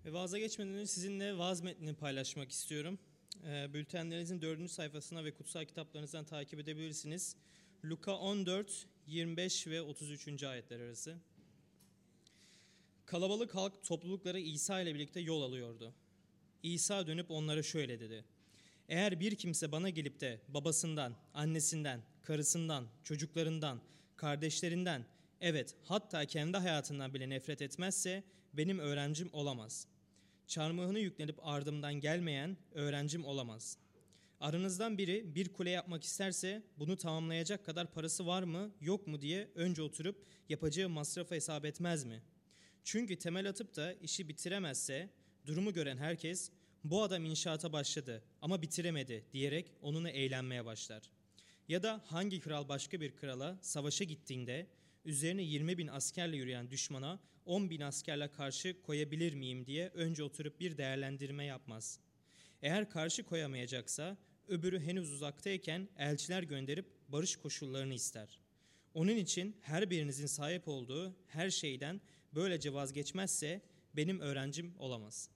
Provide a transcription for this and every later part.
Ve vaaza geçmeden önce sizinle vaaz metnini paylaşmak istiyorum. Bültenlerinizin 4. sayfasına ve kutsal kitaplarınızdan takip edebilirsiniz. Luka 14, 25 ve 33. ayetler arası. Kalabalık halk toplulukları İsa ile birlikte yol alıyordu. İsa dönüp onlara şöyle dedi. Eğer bir kimse bana gelip de babasından, annesinden, karısından, çocuklarından, kardeşlerinden, evet hatta kendi hayatından bile nefret etmezse benim öğrencim olamaz. Çarmıhını yüklenip ardımdan gelmeyen öğrencim olamaz. Aranızdan biri bir kule yapmak isterse bunu tamamlayacak kadar parası var mı yok mu diye önce oturup yapacağı masrafı hesap etmez mi? Çünkü temel atıp da işi bitiremezse durumu gören herkes bu adam inşaata başladı ama bitiremedi diyerek onunla eğlenmeye başlar. Ya da hangi kral başka bir krala savaşa gittiğinde üzerine 20.000 askerle yürüyen düşmana 10.000 askerle karşı koyabilir miyim diye önce oturup bir değerlendirme yapmaz. Eğer karşı koyamayacaksa öbürü henüz uzaktayken elçiler gönderip barış koşullarını ister. Onun için her birinizin sahip olduğu her şeyden böylece vazgeçmezse benim öğrencim olamaz.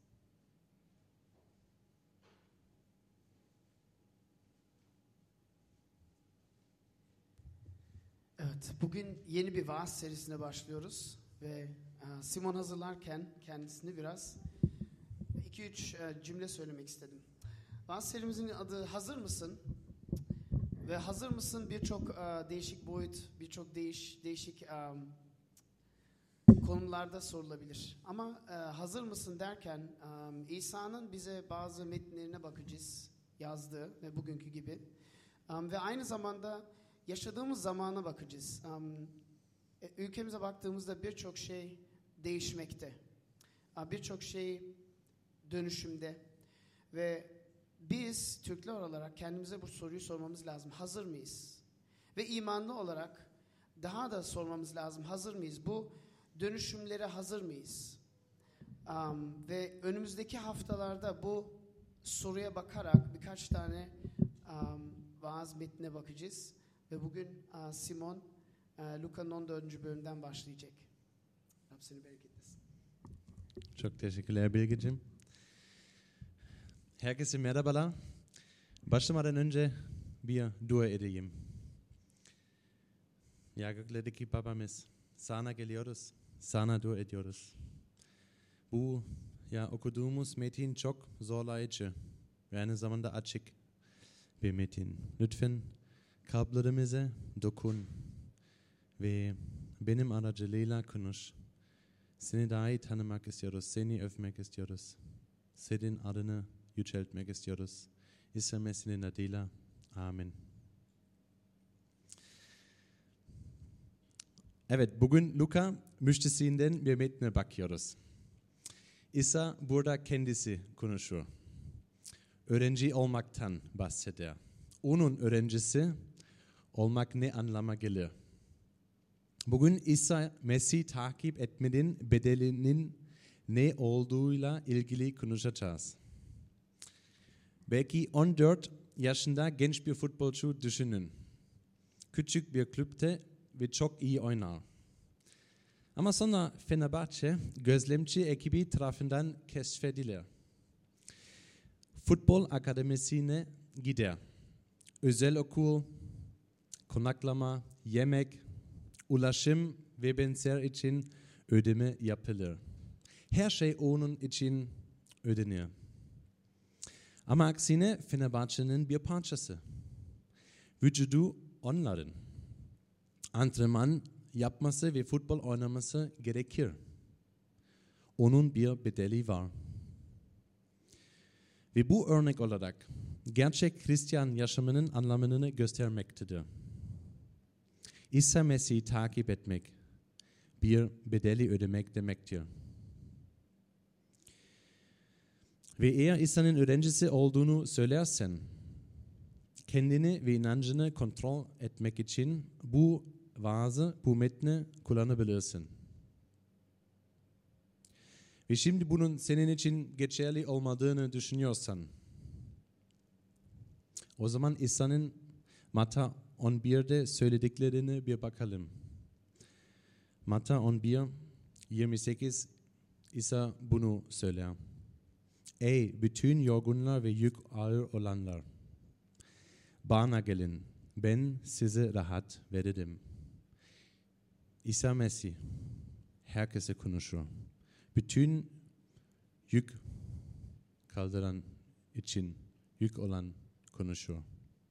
Evet, bugün yeni bir vaaz serisine başlıyoruz ve Simon hazırlarken kendisini biraz 2-3 cümle söylemek istedim. Vaaz serimizin adı Hazır mısın? Ve hazır mısın birçok değişik boyut, birçok değişik konularda sorulabilir. Ama hazır mısın derken İsa'nın bize bazı metinlerine bakacağız, yazdığı ve bugünkü gibi. Ve aynı zamanda yaşadığımız zamana bakacağız. Ülkemize baktığımızda birçok şey değişmekte. Birçok şey dönüşümde. Ve biz Türkler olarak kendimize bu soruyu sormamız lazım. Hazır mıyız? Ve imanlı olarak daha da sormamız lazım. Hazır mıyız? Bu dönüşümlere hazır mıyız? Ve önümüzdeki haftalarda bu soruya bakarak birkaç tane vaaz metnine bakacağız. Ve bugün Simon Luka'nın 14. bölümden başlayacak. Rab seni bereketlesin. Çok teşekkürler Bilgeciğim. Herkese merhabalar. Başlamadan önce bir dua edeyim. Ya göklerdeki babamız, sana geliyoruz, sana dua ediyoruz. Bu okuduğumuz metin çok zorlayıcı ve aynı zamanda açık bir metin. Lütfen kalplerimize dokun ve benim aracılığıyla konuş. Seni daha iyi tanımak istiyoruz, seni övmek istiyoruz. Senin adını yüceltmek istiyoruz. İsa Mesih'in adıyla. Amin. Evet, bugün Luka müjdesinden bir metne bakıyoruz. İsa burada kendisi konuşuyor. Öğrenci olmaktan bahsediyor. Onun öğrencisi olmak ne anlama gelir? Bugün İsa Mesih takip etmenin bedelinin ne olduğuyla ilgili konuşacağız. Belki 14 yaşında genç bir futbolcu düşünün. Küçük bir kulüpte ve çok iyi oynar. Ama sonra Fenerbahçe gözlemci ekibi tarafından keşfedilir. Futbol akademisine gider. Özel okul, konaklama, yemek, ulaşım ve benzer için ödeme yapılır. Her şey onun için ödenir. Ama aksine Fenerbahçe'nin bir parçası. Vücudu onların. Antrenman yapması ve futbol oynaması gerekir. Onun bir bedeli var. Ve bu örnek olarak gerçek Hristiyan yaşamının anlamını göstermektedir. İsa Mesih'i takip etmek bir bedeli ödemek demektir. Ve eğer İsa'nın öğrencisi olduğunu söylersen, kendini ve inancını kontrol etmek için bu vaazı, bu metni kullanabilirsin. Ve şimdi bunun senin için geçerli olmadığını düşünüyorsan, o zaman İsa'nın Matta 11'de söylediklerini bir bakalım. Matta 11, 28 İsa bunu söyler. Ey bütün yorgunlar ve yük ağır olanlar, bana gelin, ben size rahat veririm. İsa Mesih herkese konuşuyor. Bütün yük kaldıran için yük olan konuşuyor.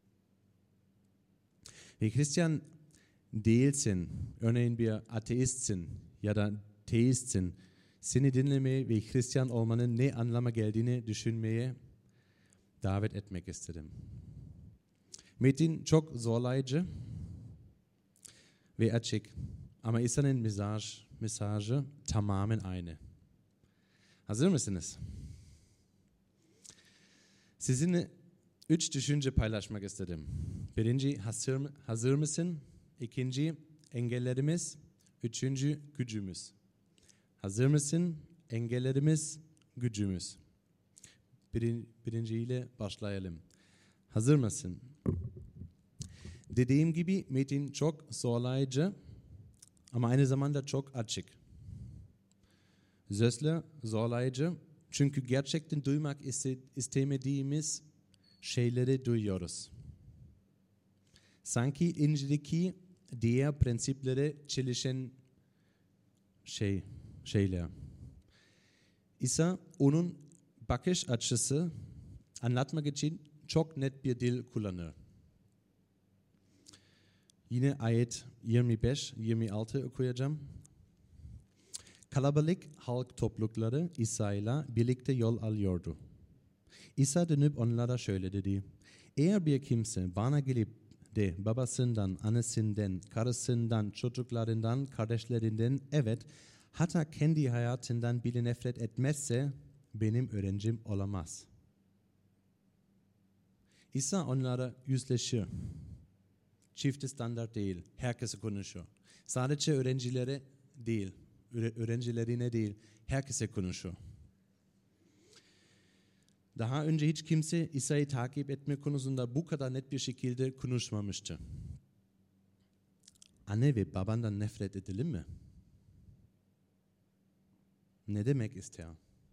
Ve Hristiyan değilsin, örneğin bir ateistsin ya da teistsin, seni dinlemeye ve Hristiyan olmanın ne anlama geldiğini düşünmeye davet etmek istedim. Metin çok zorlayıcı ve açık ama İsa'nın mesajı tamamen aynı. Hazır mısınız? Sizinle 3 düşünce paylaşmak istedim. Birinci, hazır mısın? İkinci, engellerimiz. Üçüncü, gücümüz. Hazır mısın? Engellerimiz, gücümüz. Birinciyle başlayalım. Hazır mısın? Dediğim gibi metin çok zorlayıcı ama aynı zamanda çok açık. Sözler zorlayıcı çünkü gerçekten duymak istemediğimiz şeyleri duyuyoruz. Sanki İncil'deki diğer prensiplere çelişen şeyler. İsa onun bakış açısı anlatmak için çok net bir dil kullanır. Yine ayet 25-26 okuyacağım. Kalabalık halk toplulukları İsa ile birlikte yol alıyordu. İsa dönüp onlara şöyle dedi. Eğer bir kimse bana gelip de babasından, annesinden, karısından, çocuklarından, kardeşlerinden, evet hatta kendi hayatından bile nefret etmezse benim öğrencim olamaz. İsa onlara yüzleşiyor. Çift standart değil, herkese konuşuyor. Sadece öğrencilerine değil, herkese konuşuyor. Daha önce hiç kimse İsa'yı takip etme konusunda bu kadar net bir şekilde konuşmamıştı. Anne ve babandan nefret edelim mi? Ne demek ister?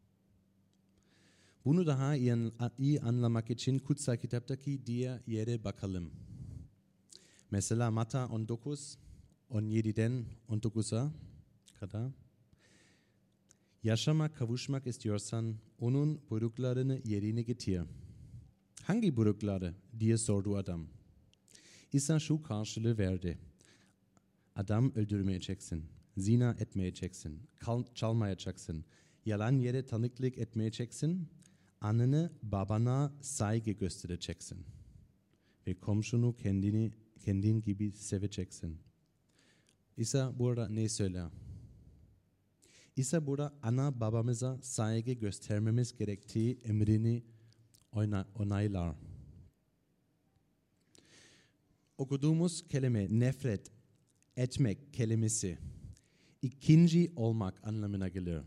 Bunu daha iyi anlamak için kutsal kitaptaki diğer yere bakalım. Mesela Matta 19, 17'den 19'a kadar. Yaşamak, kavuşmak istiyorsan onun buyruklarını yerine getir. Hangi buyrukları diye sordu adam. İsa şu karşılığı verdi. Adam öldürmeyeceksin, zina etmeyeceksin, çalmayacaksın, yalan yere tanıklık etmeyeceksin, annene babana saygı göstereceksin ve komşunu kendin gibi seveceksin. İsa burada ne söyler? İsa burada ana babamıza saygı göstermemiz gerektiği emrini onaylar. Okuduğumuz kelime nefret etmek kelimesi ikinci olmak anlamına gelir.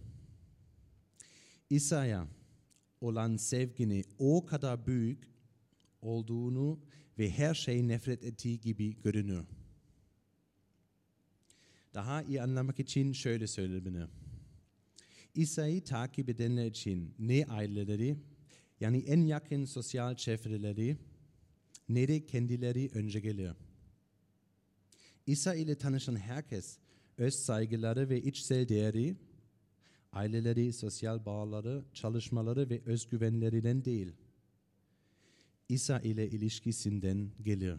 İsa'ya olan sevgini o kadar büyük olduğunu ve her şeyi nefret ettiği gibi görünür. Daha iyi anlamak için şöyle söyleyebilirim. İsa'yı takip edenler için ne aileleri, yani en yakın sosyal çevreleri, ne de kendileri önce gelir. İsa ile tanışan herkes öz saygıları ve içsel değeri, aileleri, sosyal bağları, çalışmaları ve özgüvenlerinden değil, İsa ile ilişkisinden gelir.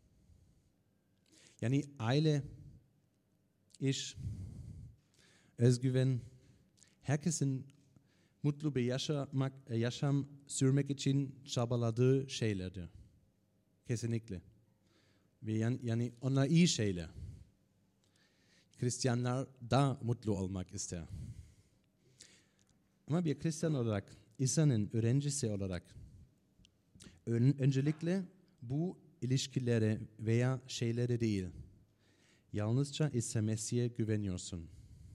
Yani aile, iş, özgüven, herkesin mutlu bir yaşam sürmek için çabaladığı şeylerdir. Kesinlikle. Ve yani onlar iyi şeyler. Hristiyanlar da mutlu olmak ister. Ama bir Hristiyan olarak, İsa'nın öğrencisi olarak öncelikle bu ilişkilere veya şeylere değil, yalnızca İsa Mesih'e güveniyorsun.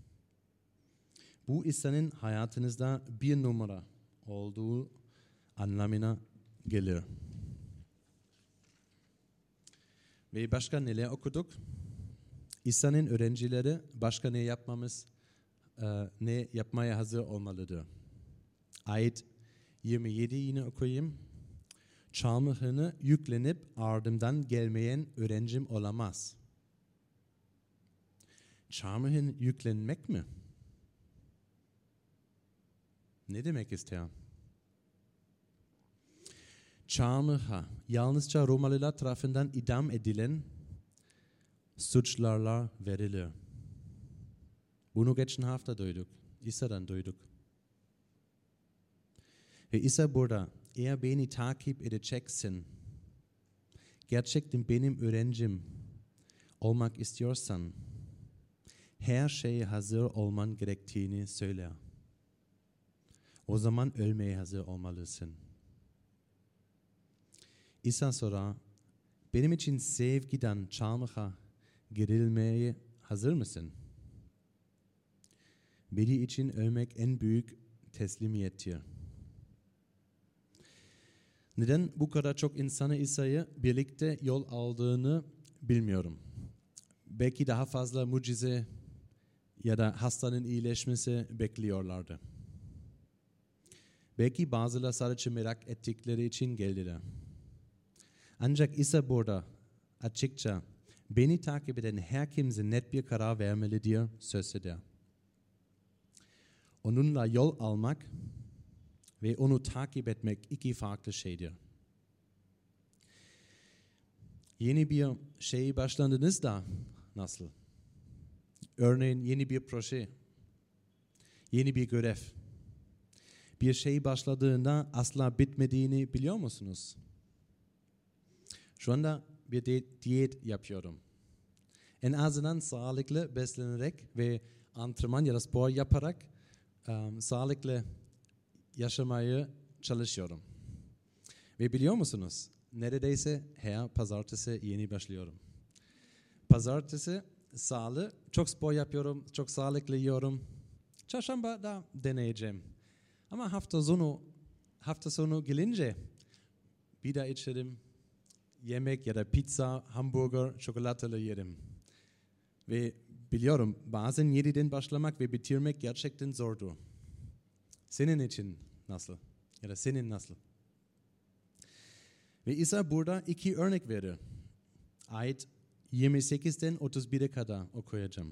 Bu İsa'nın hayatınızda bir numara olduğu anlamına gelir. Ve başka neler okuduk? İsa'nın öğrencileri başka ne yapmamız ne yapmaya hazır olmalıdır. Ayet 27 yine okuyayım. Çarmıhını yüklenip ardımdan gelmeyen öğrencim olamaz. Çarmıhın yüklenmek mi? Ne demek ister? Çarmıha yalnızca Romalılar tarafından idam edilen suçlarla verilir. Bunu geçen hafta duyduk. İsa'dan duyduk. Ve İsa burada, eğer beni takip edeceksin, gerçekten benim öğrencim olmak istiyorsan, her şeye hazır olman gerektiğini söyler. O zaman ölmeye hazır olmalısın. İsa sorar, benim için sevgiden çarmıha gerilmeye hazır mısın? Biri için ölmek en büyük teslimiyettir. Neden bu kadar çok insanı İsa'yı birlikte yol aldığını bilmiyorum. Belki daha fazla mucize ya da hastanın iyileşmesi bekliyorlardı. Belki bazıları sadece merak ettikleri için geldiler. Ancak İsa burada açıkça beni takip eden her kimse net bir karar vermeli diye söz eder. Onunla yol almak ve onu takip etmek iki farklı şeydir. Yeni bir şey başladığınızda nasıl? Örneğin yeni bir proje, yeni bir görev. Bir şey başladığında asla bitmediğini biliyor musunuz? Şu anda bir diyet yapıyorum. En azından sağlıklı beslenerek ve antrenman ya da spor yaparak sağlıklı yaşamaya çalışıyorum. Ve biliyor musunuz? Neredeyse her pazartesi yeni başlıyorum. Pazartesi salı çok spor yapıyorum, çok sağlıklı yiyorum. Çarşamba da deneyeceğim. Ama hafta sonu gelince bir daha içerim. Yemek ya da pizza, hamburger, çikolatalı yerim. Ve biliyorum bazen yeniden başlamak ve bitirmek gerçekten zordur. Senin için nasıl? Ya da senin nasıl? Ve İsa burada iki örnek verir. Ayet 28'den 31'e kadar okuyacağım.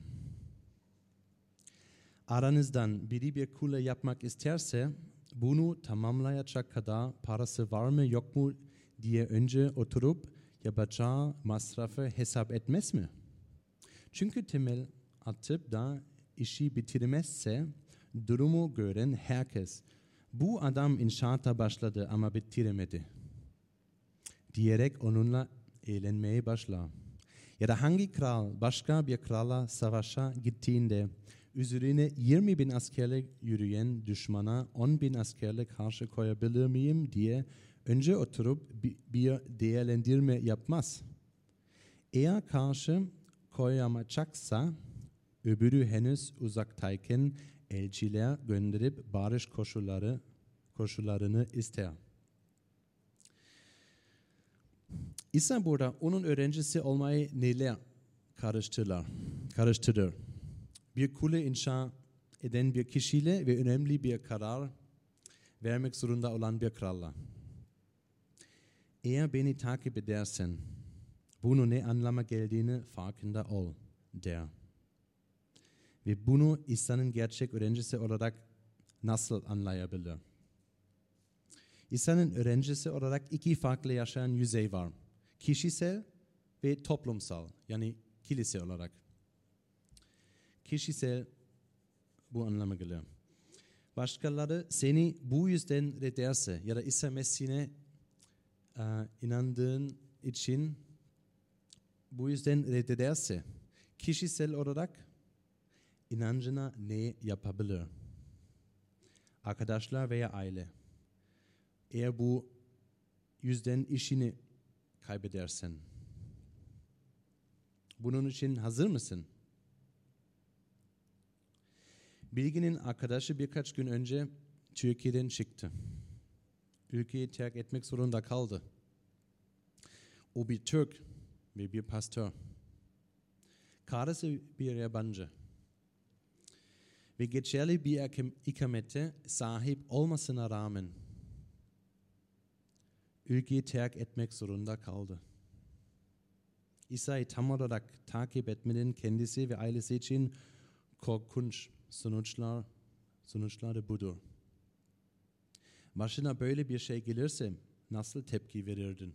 Aranızdan biri bir kule yapmak isterse bunu tamamlayacak kadar parası var mı yok mu diye önce oturup yapacağı masrafı hesap etmez mi? Çünkü temel atıp da işi bitirmezse durumu gören herkes bu adam inşaata başladı ama bitiremedi diyerek onunla eğlenmeye başlar. Ya da hangi kral başka bir krala savaşa gittiğinde üzerine 20.000 askerle yürüyen düşmana 10.000 askerle karşı koyabilir miyim diye önce oturup bir değerlendirme yapmaz. Eğer karşı koyamayacaksa öbürü henüz uzaktayken elçiler gönderip barış koşullarını ister. İsa burada onun öğrencisi olmayı neler karıştırır. Bir kule inşa eden bir kişiyle ve önemli bir karar vermek zorunda olan bir kralla. Eğer beni takip edersen, bunu ne anlama geldiğini farkında ol der. Ve bunu İsa'nın gerçek öğrencisi olarak nasıl anlayabilir? İsa'nın öğrencisi olarak iki farklı yaşayan yüzey var. Kişisel ve toplumsal, yani kilise olarak. Kişisel bu anlama geliyor. Başkaları seni bu yüzden reddederse ya da İsa Mesih'ine inandığın için bu yüzden reddederse kişisel olarak inancına ne yapabilir? Arkadaşlar veya aile. Eğer bu yüzden işini kaybedersen bunun için hazır mısın? Bilgin'in arkadaşı birkaç gün önce Türkiye'den çıktı. Ülkeyi terk etmek zorunda kaldı. O bir Türk ve bir pastör. Karısı bir yabancı. ve geçerli bir ikamete sahip olmasına rağmen ülkeyi terk etmek zorunda kaldı. İsa'yı tam olarak takip etmenin kendisi ve ailesi için korkunç sonuçları budur. Başına böyle bir şey gelirse nasıl tepki verirdin?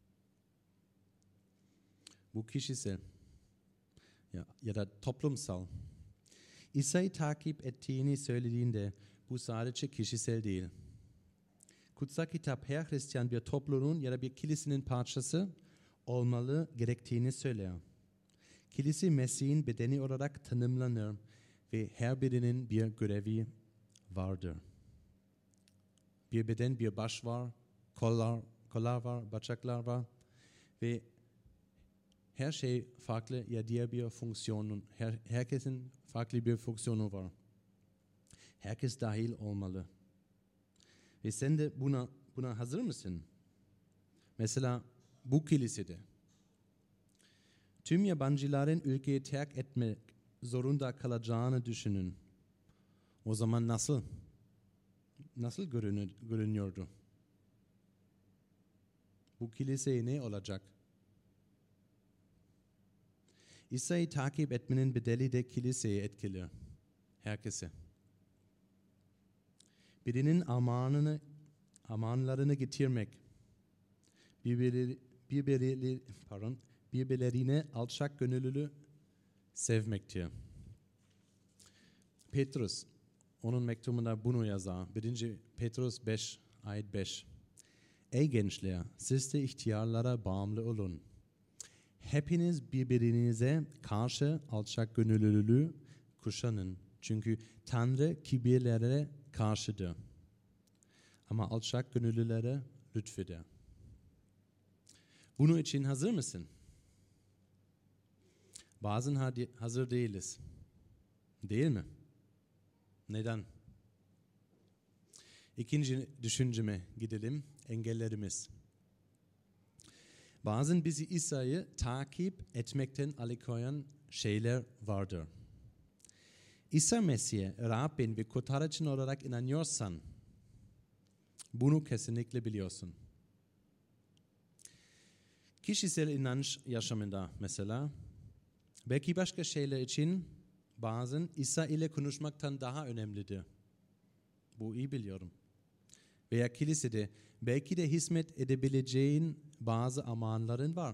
Bu kişisel ya da toplumsal. İsa'yı takip ettiğini söylediğinde bu sadece kişisel değil. Kutsal kitap her Hristiyan bir toplumun ya da bir kilisenin parçası olmalı gerektiğini söyler. Kilise Mesih'in bedeni olarak tanımlanır ve her birinin bir görevi vardır. Bir beden, bir baş var, kollar var, bacaklar var ve her şey farklı ya diğer bir fonksiyonun, herkesin farklı bir fonksiyonu var. Herkes dahil olmalı. Ve sen de buna hazır mısın? Mesela bu kilisede tüm yabancıların ülkeyi terk etmek zorunda kalacağını düşünün. O zaman nasıl görünüyordu? Bu kilise ne olacak? İsa'yı takip etmenin bedeli de kiliseye etkiler. Herkese. Birinin amanlarını getirmek, birbirlerine alçak gönüllü sevmektir. Petrus, onun mektubunda bunu yazar. 1. Petrus 5, ayet 5. Ey gençler, siz de ihtiyarlara bağımlı olun. Hepiniz birbirinize karşı alçak gönüllülüğü kuşanın. Çünkü Tanrı kibirlere karşıdır. Ama alçak gönüllülere lütfeder. Bunun için hazır mısın? Bazen hazır değiliz. Değil mi? Neden? İkinci düşünceme gidelim. Engellerimiz. Bazen bizi İsa'yı takip etmekten alıkoyan şeyler vardır. İsa Mesih'e Rabbin ve kurtarıcın olarak inanıyorsan bunu kesinlikle biliyorsun. Kişisel inanç yaşamında mesela belki başka şeyler için bazen İsa ile konuşmaktan daha önemlidir. Bu iyi biliyorum. Veya kilisede belki de hizmet edebileceğin bazı amanların var.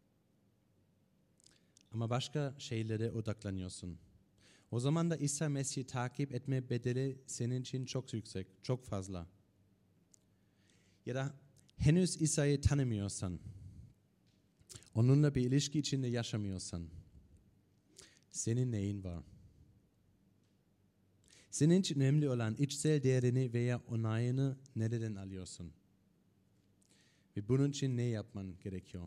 Ama başka şeylere odaklanıyorsun. O zaman da İsa Mesih'i takip etme bedeli senin için çok yüksek, çok fazla. Ya da henüz İsa'yı tanımıyorsan, onunla bir ilişki içinde yaşamıyorsan, senin neyin var? Senin için önemli olan içsel değerini veya onayını nereden alıyorsun? Ve bunun için ne yapman gerekiyor?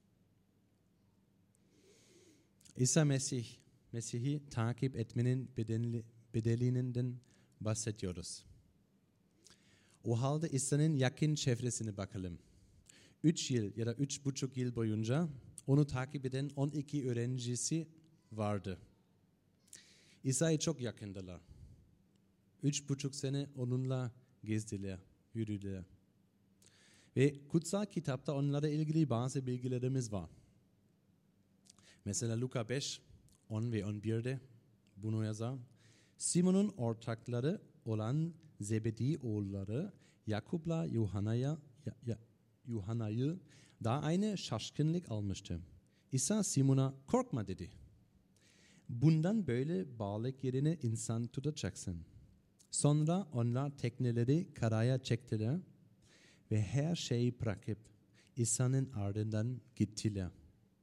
İsa Mesih'i takip etmenin bedelinden bahsediyoruz. O halde İsa'nın yakın çevresine bakalım. 3 yıl ya da 3,5 yıl boyunca onu takip eden 12 öğrencisi vardı. İsa'ya çok yakındılar. 3,5 sene onunla gezdiler, yürüdüler. Ve kutsal kitapta onlarla ilgili bazı bilgilerimiz var. Mesela Luka 5, 10 ve 11'de bunu yazar. Simon'un ortakları olan Zebedi oğulları Yakup'la Yuhanna'yı da aynı şaşkınlık almıştı. İsa Simon'a korkma dedi. Bundan böyle balık yerine insan tutacaksın. Sonra onlar tekneleri karaya çektiler ve her şeyi bırakıp İsa'nın ardından gittiler.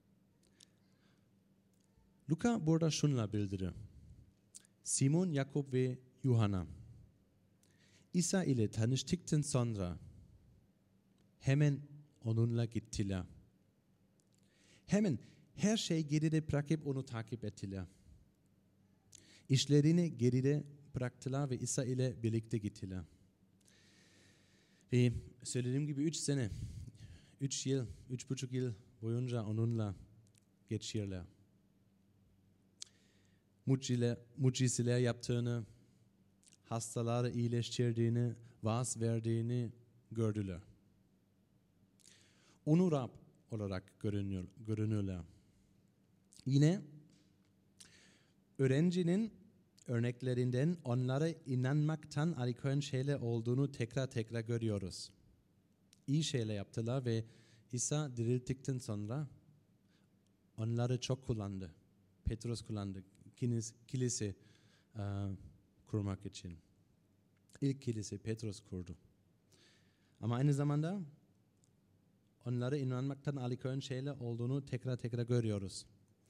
Luka burada şunla bildiriyor. Simon, Yakup ve Yuhanna İsa ile tanıştıktan sonra hemen onunla gittiler. Hemen her şeyi geride bırakıp onu takip ettiler. İşlerini geride bıraktılar ve İsa ile birlikte gittiler. Ve söylediğim gibi 3,5 yıl boyunca onunla geçirdiler. Mucizeler yaptığını hastaları iyileştirdiğini, vaaz verdiğini gördüler. Onu Rab olarak görünüyorlar. Yine öğrencinin örneklerinden onlara inanmaktan alıkoyan şeyler olduğunu tekrar görüyoruz. İyi şeyler yaptılar ve İsa dirildikten sonra onları çok kullandı. Petrus kullandı kilise kurmak için. İlk kilise Petrus kurdu. Ama aynı zamanda onları inanmaktan alıkoyan şeyler olduğunu tekrar görüyoruz.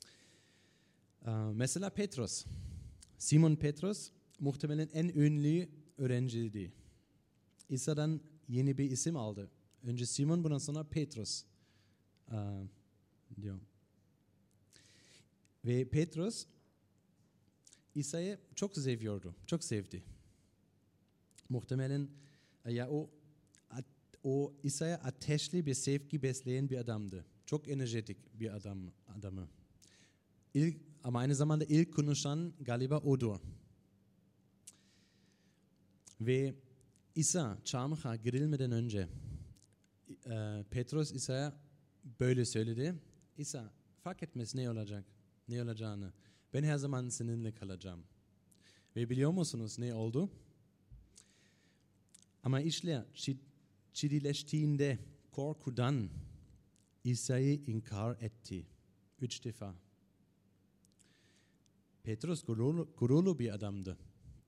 Mesela Petrus. Simon Petrus muhtemelen en ünlü öğrenciydi. İsa'dan yeni bir isim aldı. Önce Simon, bundan sonra Petrus diyor. Ve Petrus İsa'yı çok seviyordu, çok sevdi. Muhtemelen o İsa'ya ateşli bir sevgi besleyen bir adamdı. Çok enerjetik bir adamı. Ama aynı zamanda ilk konuşan galiba odur. Ve İsa çarmıha girilmeden önce Petrus İsa'ya böyle söyledi. İsa, fark etmez ne olacağını. Ben her zaman seninle kalacağım. Ve biliyor musunuz ne oldu? Ama işler ciddileştiğinde korkudan İsa'yı inkar etti. 3 defa. Petrus gururlu bir adamdı.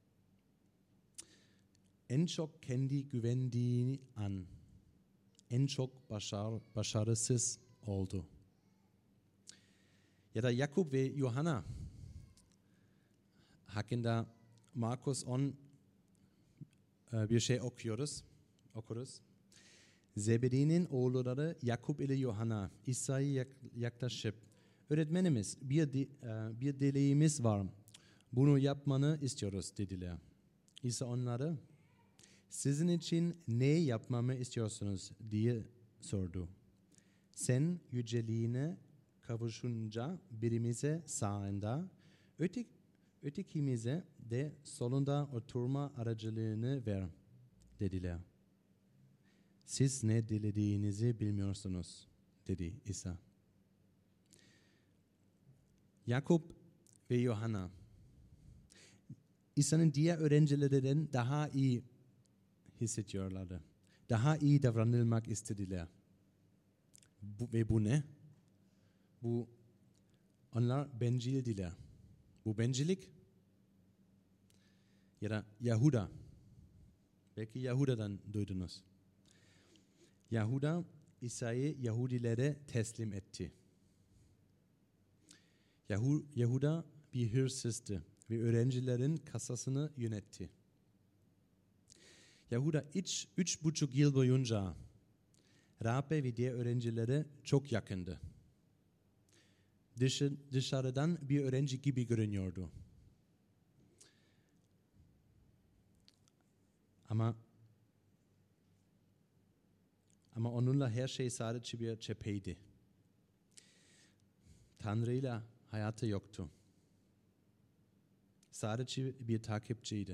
En çok kendi güvendiğini an, en çok başarısız oldu. Ya da Jakob ve Johanna hakkında Markus 10 bir şey okuruz. Zebedee'nin oğulları Jakob ile Johanna İsa'ya yaklaşıp, öğretmenimiz bir dileğimiz var. Bunu yapmanı istiyoruz dediler. İsa onlara, sizin için ne yapmamı istiyorsunuz diye sordu. Sen yüceliğine kavuşunca birimize sağında, ötekimize de solunda oturma aracılığını ver dediler. Siz ne dilediğinizi bilmiyorsunuz dedi İsa. Jakob ve Johanna İsa'nın diğer öğrencilerinden daha iyi hissediyorlardı. Daha iyi davranılmak istediler. Ve bu ne? Onlar bencildiler. Bu bencillik ya da Yahuda. Belki Yahuda'dan duydunuz. Yahuda İsa'yı Yahudilere teslim etti. Yahuda bir hırsızdı ve öğrencilerin kasasını yönetti. Yahuda 3,5 yıl boyunca Rabbe ve diğer öğrencilere çok yakındı. Dışarıdan bir öğrenci gibi görünüyordu. Ama onunla her şey sadece bir cepheydi. Tanrı'yla hayatı yoktu. Sadece bir takipçiydi.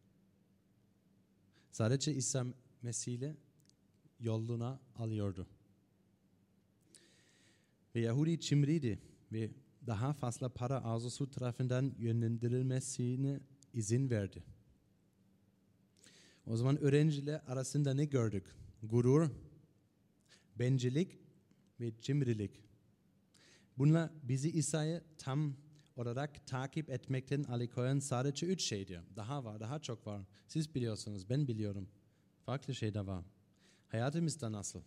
Sadece İsa Mesih'le yoluna alıyordu. Ve Yahudi cimriydi ve daha fazla para arzusu tarafından yönlendirilmesine izin verdi. O zaman öğrenciler arasında ne gördük? Gurur, bencillik ve cimrilik. Bunlar bizi İsa'yı tam olarak takip etmekten alıkoyan sadece 3 şeydir. Daha çok var. Siz biliyorsunuz, ben biliyorum. Farklı şeyler var. Hayatımızda nasıl?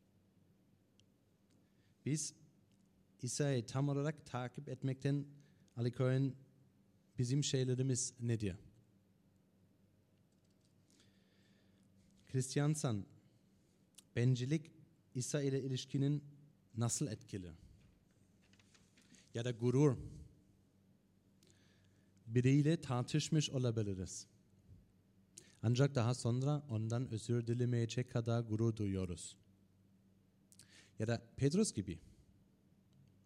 Biz İsa'yı tam olarak takip etmekten alıkoyan bizim şeylerimiz nedir? Hristiyansan bencillik İsa ile ilişkinin nasıl etkili? Ya da gurur. Biriyle tartışmış olabiliriz. Ancak daha sonra ondan özür dilemeyecek kadar gurur duyuyoruz. Ya da Petrus gibi.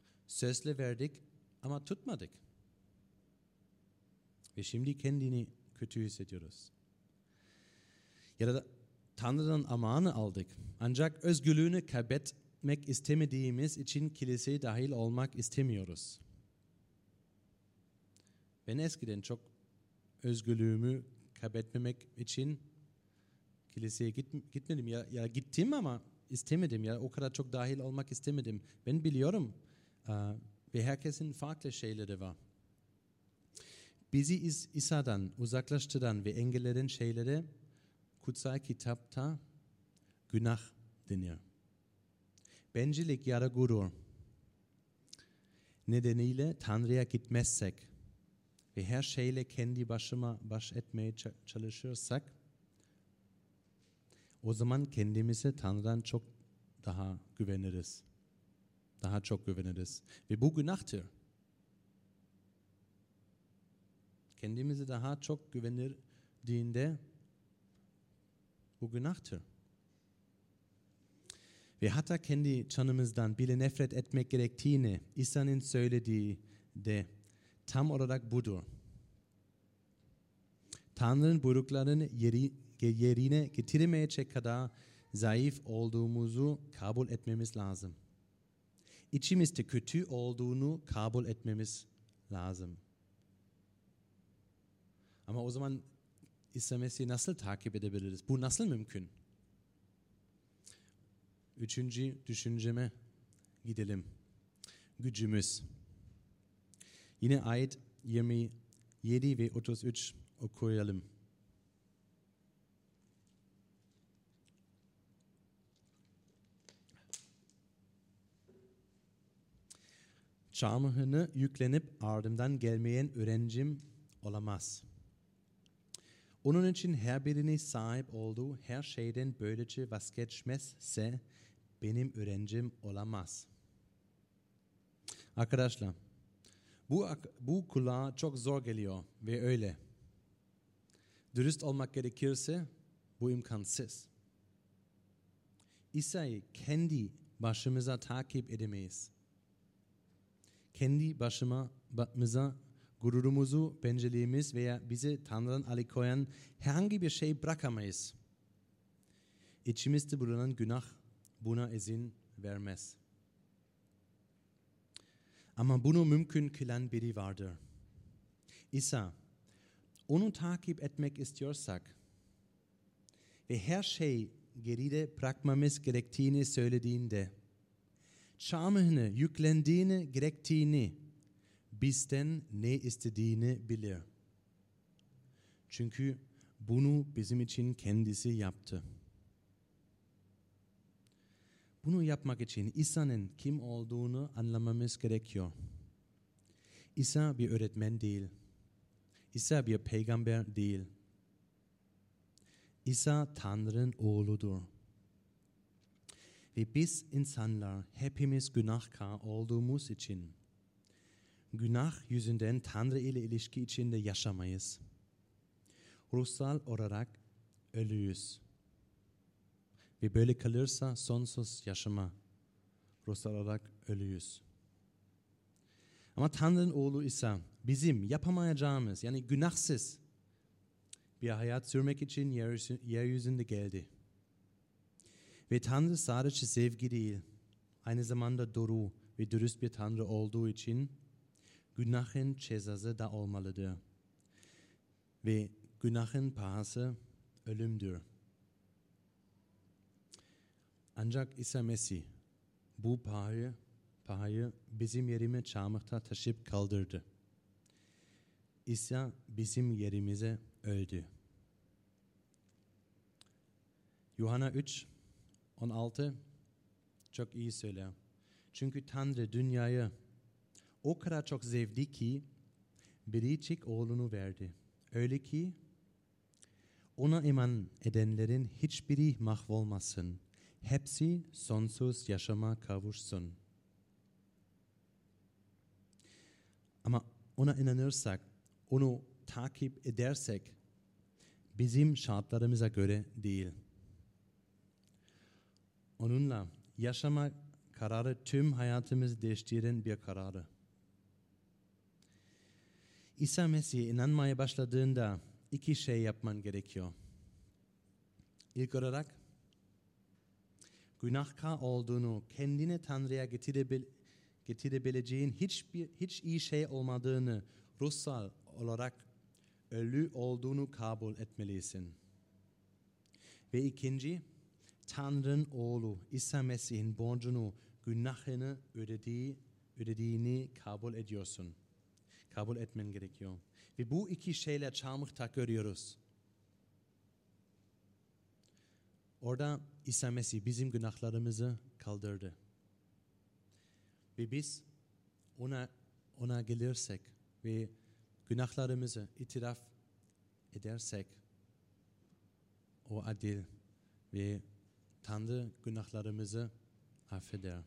Sözle verdik ama tutmadık. Ve şimdi kendini kötü hissediyoruz. Ya da Tanrı'dan amanı aldık. Ancak özgürlüğünü kaybetmek istemediğimiz için kiliseye dahil olmak istemiyoruz. Ben eskiden çok özgürlüğümü kaybetmemek için kiliseye gitmedim. Ya gittim ama istemedim. Ya o kadar çok dahil olmak istemedim. Ben biliyorum ve herkesin farklı şeyleri var. Bizi İsa'dan uzaklaştıran ve engelleyen şeylere kutsal kitapta günah denir. Bencillik ya da gurur nedeniyle Tanrı'ya gitmezsek ve her şeyle kendi başıma baş etmeye çalışırsak o zaman kendimize Tanrı'dan çok daha güveniriz. Daha çok güveniriz. Ve bu günahtır. Kendimize daha çok güvenirdiğinde bu günahtır. Ve hatta kendi canımızdan bile nefret etmek gerektiğini İsa'nın söylediği de tam olarak budur. Tanrı'nın buyruklarını yerine getiremeyecek kadar zayıf olduğumuzu kabul etmemiz lazım. İçimizde kötü olduğunu kabul etmemiz lazım. Ama o zaman İsa Mesih'i nasıl takip edebiliriz? Bu nasıl mümkün? Üçüncü düşünceme gidelim. Gücümüz. Yine ayet 27 ve 33 okuyalım. Çarmıhını yüklenip ardımdan gelmeyen öğrencim olamaz. Onun için her birine sahip olduğu her şeyden böylece vazgeçmezse benim öğrencim olamaz. Arkadaşlar, bu kulağa çok zor geliyor ve öyle. Dürüst olmak gerekirse bu imkansız. İsa'yı kendi başımıza takip edemeyiz. Kendi başımıza gururumuzu, bencilliğimiz veya bizi Tanrı'dan alıkoyan herhangi bir şey bırakamayız. İçimizde bulunan günah buna izin vermez. Ama bunu mümkün kılan biri vardır. İsa, onu takip etmek istiyorsak ve her şey geride bırakmamız gerektiğini söylediğinde, çarmıhını yüklendiğini gerektiğini, bizden ne istediğini bilir. Çünkü bunu bizim için kendisi yaptı. Bunu yapmak için İsa'nın kim olduğunu anlamamız gerekiyor. İsa bir öğretmen değil. İsa bir peygamber değil. İsa Tanrı'nın oğludur. Ve biz insanlar hepimiz günahkar olduğumuz için günah yüzünden Tanrı ile ilişki içinde yaşamayız. Ruhsal olarak ölüyüz. Ve böyle kalırsa sonsuz yaşama. Ruhsal olarak ölüyüz. Ama Tanrı'nın oğlu İsa bizim yapamayacağımız yani günahsız bir hayat sürmek için yeryüzünde geldi. Ve Tanrı sadece sevgi değil, aynı zamanda doğru ve dürüst bir Tanrı olduğu için günahın cezası da olmalıdır. Ve günahın pahası ölümdür. Ancak İsa Mesih bu pahayı bizim yerime çarmıhta taşıp kaldırdı. İsa bizim yerimize öldü. Yuhanna 3:16 çok iyi söyler. Çünkü Tanrı dünyayı o kadar çok sevdi ki biricik oğlunu verdi. Öyle ki ona iman edenlerin hiçbiri mahvolmasın. Hepsi sonsuz yaşama kavuşsun. Ama ona inanırsak, onu takip edersek bizim şartlarımıza göre değil. Onunla yaşama kararı tüm hayatımızı değiştiren bir kararı. İsa Mesih'e inanmaya başladığında iki şey yapman gerekiyor. İlk olarak günahkar olduğunu, kendini Tanrı'ya getirebileceğin hiç iyi şey olmadığını, ruhsal olarak ölü olduğunu kabul etmelisin. Ve ikinci, Tanrı'nın oğlu İsa Mesih'in borcunu, günahını ödediğini kabul ediyorsun. Kabul etmen gerekiyor. Ve bu iki şeyler çarmıhta görüyoruz. Orada İsa Mesih bizim günahlarımızı kaldırdı. Ve biz ona gelirsek ve günahlarımızı itiraf edersek, o adil ve Tanrı günahlarımızı affeder.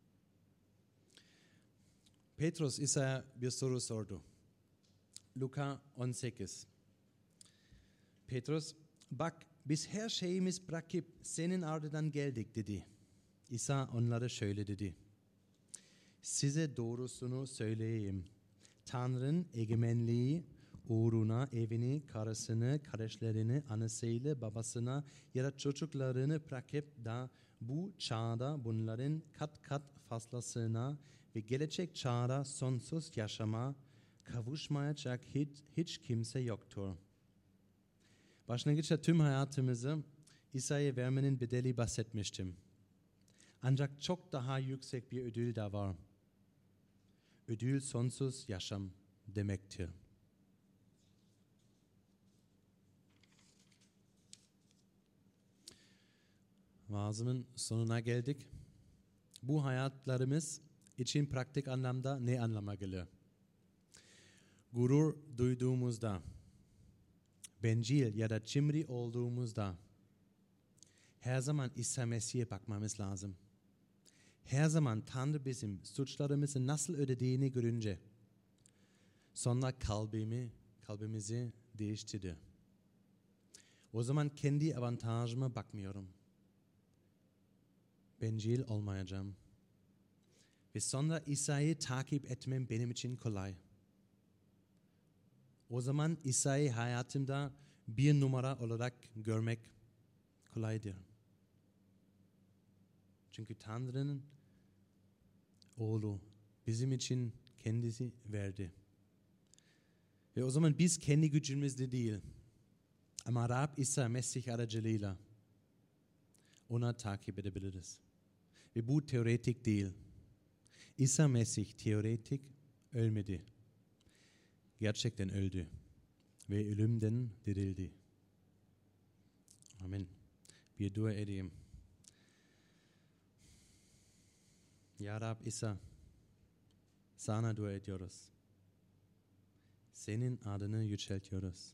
Petrus İsa'ya bir soru sordu. Luka 18. Petrus, bak biz her şeyimiz bırakıp senin ardından geldik dedi. İsa onlara şöyle dedi. Size doğrusunu söyleyeyim. Tanrı'nın egemenliği uğruna evini, karısını, kardeşlerini, annesini, babasına ya da çocuklarını bırakıp da bu çağda bunların kat kat fazlasına ve gelecek çağda sonsuz yaşama kavuşmayacak hiç kimse yoktur. Başlangıçta tüm hayatımızı İsa'ya vermenin bedeli bahsetmiştim. Ancak çok daha yüksek bir ödül de var. Ödül sonsuz yaşam demektir. Vaazımın sonuna geldik. Bu hayatlarımız için pratik anlamda ne anlama gelir? Gurur duyduğumuzda, bencil ya da cimri olduğumuzda her zaman İsa Mesih'e bakmamız lazım. Her zaman Tanrı bizim suçlarımızı nasıl ödediğini görünce sonra kalbimizi değiştirdi. O zaman kendi avantajıma bakmıyorum. Bencil olmayacağım. Ve sonra İsa'yı takip etmem benim için kolay. O zaman İsa'yı hayatımda bir numara olarak görmek kolaydır. Çünkü Tanrı'nın oğlu bizim için kendisi verdi. Ve o zaman biz kendi gücümüzde değil, ama Rab İsa Mesih aracılığıyla ona takip edebiliriz. Ve bu teoretik değil. İsa Mesih teoretik ölmedi. Gerçekten öldü. Ve ölümden dirildi. Amin. Bir dua edeyim. Ya Rab İsa, sana dua ediyoruz. Senin adını yüceltiyoruz.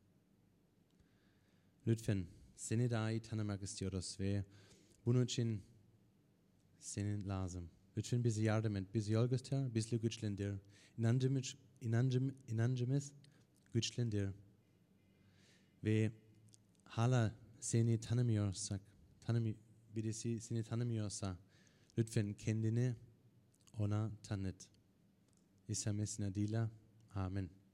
Lütfen seni daha iyi tanımak istiyoruz ve bunun için senin lazım. Lütfen bize yardım et, bizi yol göster, bizi güçlendir. İnancımız güçlendir. Ve hala seni birisi seni tanımıyorsa, lütfen kendini ona tanıt. İsa Mesih'in adıyla. Amin.